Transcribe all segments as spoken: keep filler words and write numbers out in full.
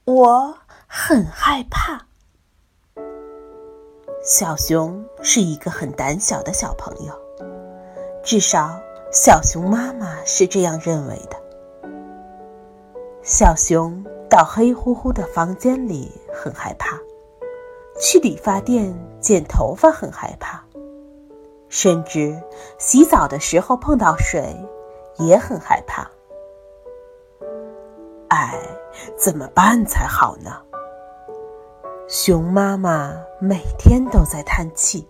我很害怕。小熊是一个很胆小的小朋友，至少小熊妈妈是这样认为的。小熊到黑乎乎的房间里很害怕，去理发店剪头发很害怕，甚至洗澡的时候碰到水也很害怕。哎，怎么办才好呢？熊妈妈每天都在叹气。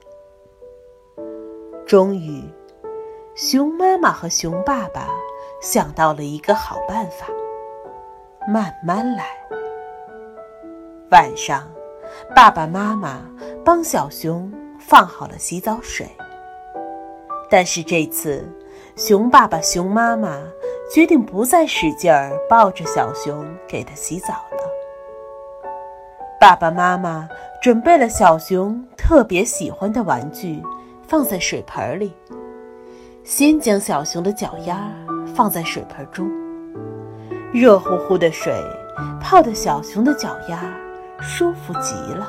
终于，熊妈妈和熊爸爸想到了一个好办法，慢慢来。晚上，爸爸妈妈帮小熊放好了洗澡水，但是这次，熊爸爸、熊妈妈决定不再使劲儿抱着小熊给它洗澡了。爸爸妈妈准备了小熊特别喜欢的玩具，放在水盆里。先将小熊的脚丫放在水盆中，热乎乎的水泡得小熊的脚丫舒服极了。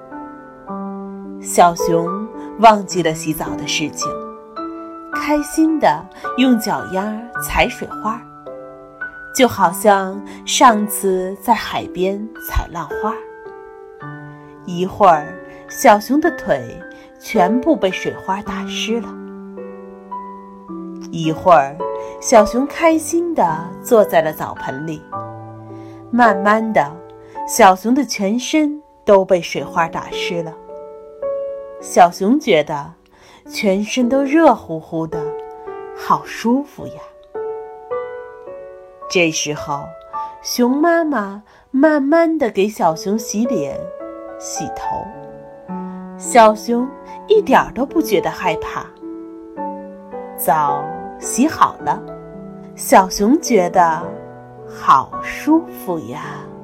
小熊忘记了洗澡的事情，开心地用脚丫踩水花，就好像上次在海边踩浪花。一会儿，小熊的腿全部被水花打湿了。一会儿，小熊开心地坐在了澡盆里。慢慢的，小熊的全身都被水花打湿了。小熊觉得全身都热乎乎的，好舒服呀。这时候，熊妈妈慢慢地给小熊洗脸、洗头，小熊一点都不觉得害怕。澡洗好了，小熊觉得好舒服呀。